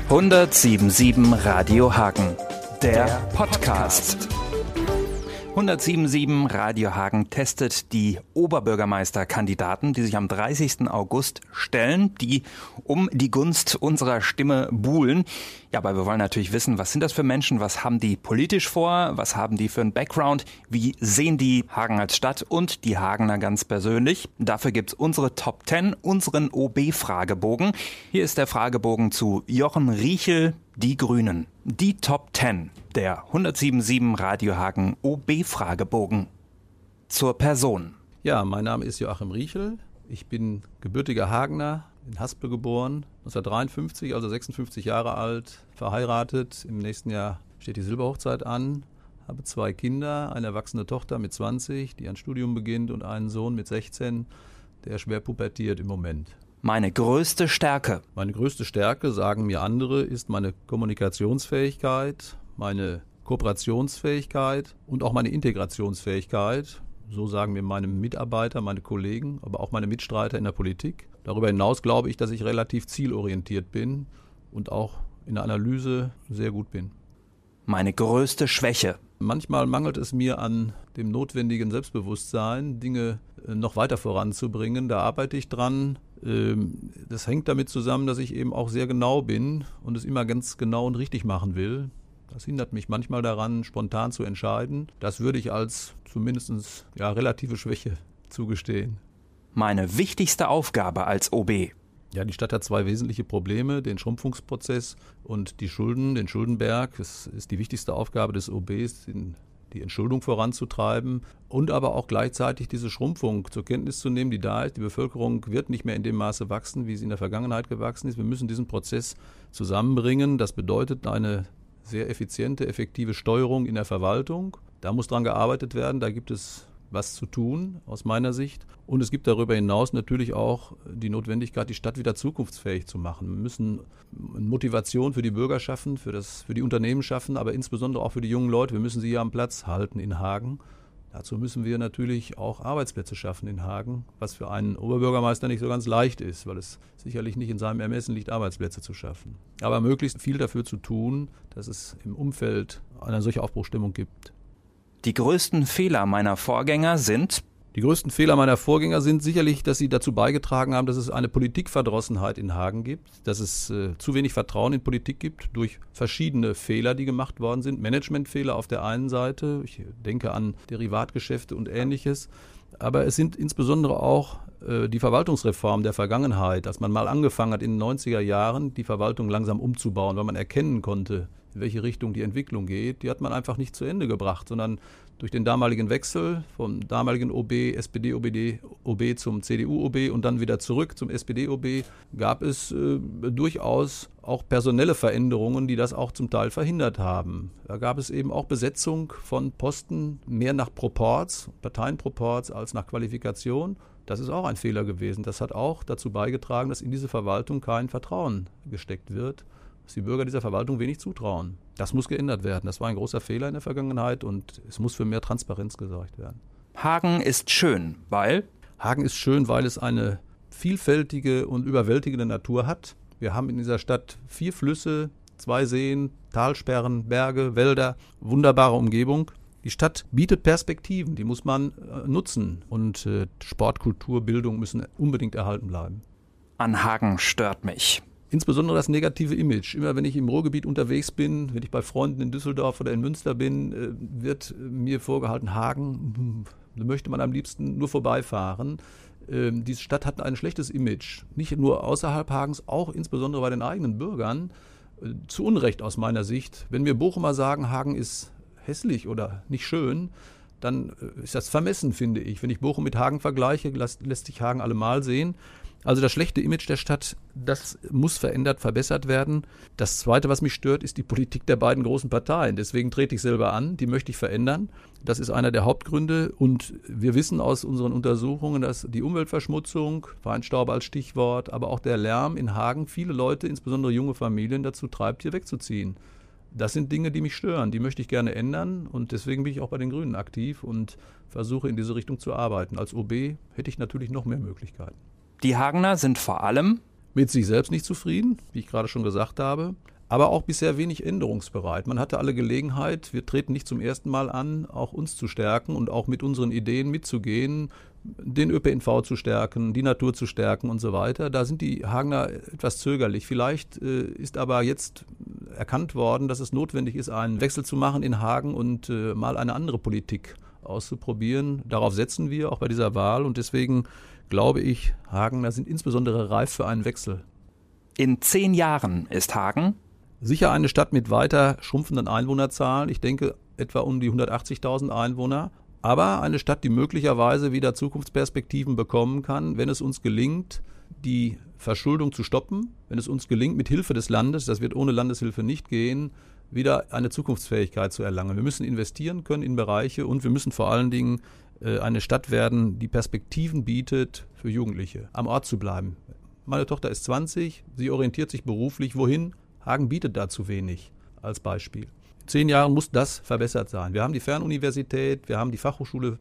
107.7 Radio Hagen, der Podcast. 107.7 Radio Hagen testet die Oberbürgermeisterkandidaten, die sich am 30. August stellen, die um die Gunst unserer Stimme buhlen. Ja, aber wir wollen natürlich wissen, was sind das für Menschen, was haben die politisch vor, was haben die für einen Background, wie sehen die Hagen als Stadt und die Hagener ganz persönlich. Dafür gibt's unsere Top 10, unseren OB-Fragebogen. Hier ist der Fragebogen zu Jochen Riechel, die Grünen. Die Top 10, der 107.7 Radio Hagen OB-Fragebogen. Zur Person. Ja, mein Name ist Joachim Riechel. Ich bin gebürtiger Hagener, in Haspel geboren, 1953, also 56 Jahre alt, verheiratet. Im nächsten Jahr steht die Silberhochzeit an. Habe 2 Kinder, eine erwachsene Tochter mit 20, die ein Studium beginnt, und einen Sohn mit 16, der schwer pubertiert im Moment. Meine größte Stärke. Meine größte Stärke, sagen mir andere, ist meine Kommunikationsfähigkeit, meine Kooperationsfähigkeit und auch meine Integrationsfähigkeit. So sagen mir meine Mitarbeiter, meine Kollegen, aber auch meine Mitstreiter in der Politik. Darüber hinaus glaube ich, dass ich relativ zielorientiert bin und auch in der Analyse sehr gut bin. Meine größte Schwäche. Manchmal mangelt es mir an dem notwendigen Selbstbewusstsein, Dinge noch weiter voranzubringen. Da arbeite ich dran. Das hängt damit zusammen, dass ich eben auch sehr genau bin und es immer ganz genau und richtig machen will. Das hindert mich manchmal daran, spontan zu entscheiden. Das würde ich als zumindest relative Schwäche zugestehen. Meine wichtigste Aufgabe als OB. Ja, die Stadt hat 2 wesentliche Probleme, den Schrumpfungsprozess und die Schulden, den Schuldenberg. Es ist die wichtigste Aufgabe des OBs, die Entschuldung voranzutreiben und aber auch gleichzeitig diese Schrumpfung zur Kenntnis zu nehmen, die da ist. Die Bevölkerung wird nicht mehr in dem Maße wachsen, wie sie in der Vergangenheit gewachsen ist. Wir müssen diesen Prozess zusammenbringen. Das bedeutet eine sehr effiziente, effektive Steuerung in der Verwaltung. Da muss dran gearbeitet werden, da gibt es was zu tun, aus meiner Sicht. Und es gibt darüber hinaus natürlich auch die Notwendigkeit, die Stadt wieder zukunftsfähig zu machen. Wir müssen Motivation für die Bürger schaffen, für die Unternehmen schaffen, aber insbesondere auch für die jungen Leute. Wir müssen sie hier am Platz halten in Hagen. Dazu müssen wir natürlich auch Arbeitsplätze schaffen in Hagen, was für einen Oberbürgermeister nicht so ganz leicht ist, weil es sicherlich nicht in seinem Ermessen liegt, Arbeitsplätze zu schaffen. Aber möglichst viel dafür zu tun, dass es im Umfeld eine solche Aufbruchsstimmung gibt. Die größten Fehler meiner Vorgänger sind... Die größten Fehler meiner Vorgänger sind sicherlich, dass sie dazu beigetragen haben, dass es eine Politikverdrossenheit in Hagen gibt, dass es zu wenig Vertrauen in Politik gibt durch verschiedene Fehler, die gemacht worden sind. Managementfehler auf der einen Seite, ich denke an Derivatgeschäfte und Ähnliches, aber es sind insbesondere auch die Verwaltungsreform der Vergangenheit, als man mal angefangen hat in den 90er Jahren, die Verwaltung langsam umzubauen, weil man erkennen konnte, in welche Richtung die Entwicklung geht, die hat man einfach nicht zu Ende gebracht, sondern durch den damaligen Wechsel vom damaligen OB, SPD-OB zum CDU-OB und dann wieder zurück zum SPD-OB gab es durchaus auch personelle Veränderungen, die das auch zum Teil verhindert haben. Da gab es eben auch Besetzung von Posten mehr nach Proporz, Parteienproporz als nach Qualifikation. Das ist auch ein Fehler gewesen. Das hat auch dazu beigetragen, dass in diese Verwaltung kein Vertrauen gesteckt wird, dass die Bürger dieser Verwaltung wenig zutrauen. Das muss geändert werden. Das war ein großer Fehler in der Vergangenheit und es muss für mehr Transparenz gesorgt werden. Hagen ist schön, weil? Hagen ist schön, weil es eine vielfältige und überwältigende Natur hat. Wir haben in dieser Stadt 4 Flüsse, 2 Seen, Talsperren, Berge, Wälder, wunderbare Umgebung. Die Stadt bietet Perspektiven, die muss man nutzen und Sport, Kultur, Bildung müssen unbedingt erhalten bleiben. An Hagen stört mich. Insbesondere das negative Image. Immer wenn ich im Ruhrgebiet unterwegs bin, wenn ich bei Freunden in Düsseldorf oder in Münster bin, wird mir vorgehalten, Hagen, da möchte man am liebsten nur vorbeifahren. Diese Stadt hat ein schlechtes Image. Nicht nur außerhalb Hagens, auch insbesondere bei den eigenen Bürgern. Zu Unrecht aus meiner Sicht. Wenn mir Bochumer sagen, Hagen ist hässlich oder nicht schön, dann ist das vermessen, finde ich. Wenn ich Bochum mit Hagen vergleiche, lässt sich Hagen allemal sehen. Also das schlechte Image der Stadt, das muss verändert, verbessert werden. Das Zweite, was mich stört, ist die Politik der beiden großen Parteien. Deswegen trete ich selber an, die möchte ich verändern. Das ist einer der Hauptgründe. Und wir wissen aus unseren Untersuchungen, dass die Umweltverschmutzung, Feinstaub als Stichwort, aber auch der Lärm in Hagen viele Leute, insbesondere junge Familien, dazu treibt, hier wegzuziehen. Das sind Dinge, die mich stören, die möchte ich gerne ändern und deswegen bin ich auch bei den Grünen aktiv und versuche in diese Richtung zu arbeiten. Als OB hätte ich natürlich noch mehr Möglichkeiten. Die Hagener sind vor allem mit sich selbst nicht zufrieden, wie ich gerade schon gesagt habe, aber auch bisher wenig änderungsbereit. Man hatte alle Gelegenheit, wir treten nicht zum ersten Mal an, auch uns zu stärken und auch mit unseren Ideen mitzugehen, den ÖPNV zu stärken, die Natur zu stärken und so weiter. Da sind die Hagener etwas zögerlich. Vielleicht ist aber jetzt erkannt worden, dass es notwendig ist, einen Wechsel zu machen in Hagen und mal eine andere Politik auszuprobieren. Darauf setzen wir auch bei dieser Wahl und deswegen glaube ich, Hagener sind insbesondere reif für einen Wechsel. In 10 Jahren ist Hagen sicher eine Stadt mit weiter schrumpfenden Einwohnerzahlen. Ich denke etwa um die 180.000 Einwohner. Aber eine Stadt, die möglicherweise wieder Zukunftsperspektiven bekommen kann, wenn es uns gelingt, die Verschuldung zu stoppen, wenn es uns gelingt, mit Hilfe des Landes, das wird ohne Landeshilfe nicht gehen, wieder eine Zukunftsfähigkeit zu erlangen. Wir müssen investieren können in Bereiche und wir müssen vor allen Dingen eine Stadt werden, die Perspektiven bietet für Jugendliche, am Ort zu bleiben. Meine Tochter ist 20, sie orientiert sich beruflich. Wohin? Hagen bietet da zu wenig als Beispiel. In 10 Jahren muss das verbessert sein. Wir haben die Fernuniversität, wir haben die Fachhochschule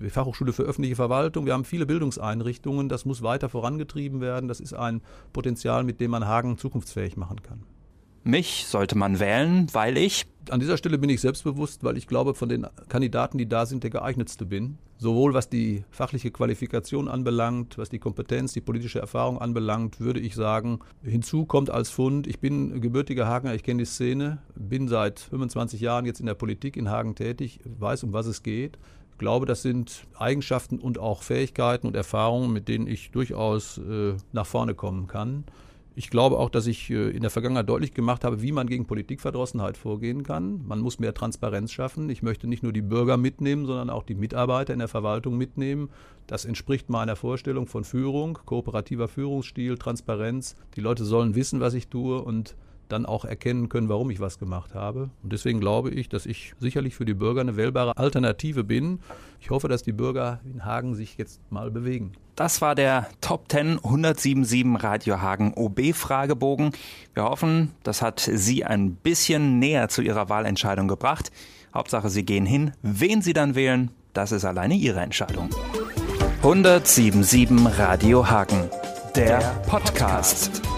für öffentliche Verwaltung, wir haben viele Bildungseinrichtungen. Das muss weiter vorangetrieben werden. Das ist ein Potenzial, mit dem man Hagen zukunftsfähig machen kann. Mich sollte man wählen, weil ich... An dieser Stelle bin ich selbstbewusst, weil ich glaube, von den Kandidaten, die da sind, der geeignetste bin. Sowohl was die fachliche Qualifikation anbelangt, was die Kompetenz, die politische Erfahrung anbelangt, würde ich sagen, hinzu kommt als Fund, ich bin gebürtiger Hagener, ich kenne die Szene, bin seit 25 Jahren jetzt in der Politik in Hagen tätig, weiß, um was es geht. Ich glaube, das sind Eigenschaften und auch Fähigkeiten und Erfahrungen, mit denen ich durchaus nach vorne kommen kann. Ich glaube auch, dass ich in der Vergangenheit deutlich gemacht habe, wie man gegen Politikverdrossenheit vorgehen kann. Man muss mehr Transparenz schaffen. Ich möchte nicht nur die Bürger mitnehmen, sondern auch die Mitarbeiter in der Verwaltung mitnehmen. Das entspricht meiner Vorstellung von Führung, kooperativer Führungsstil, Transparenz. Die Leute sollen wissen, was ich tue und dann auch erkennen können, warum ich was gemacht habe. Und deswegen glaube ich, dass ich sicherlich für die Bürger eine wählbare Alternative bin. Ich hoffe, dass die Bürger in Hagen sich jetzt mal bewegen. Das war der Top 10 1077 Radio Hagen OB-Fragebogen. Wir hoffen, das hat Sie ein bisschen näher zu Ihrer Wahlentscheidung gebracht. Hauptsache, Sie gehen hin. Wen Sie dann wählen, das ist alleine Ihre Entscheidung. 1077 Radio Hagen, der Podcast.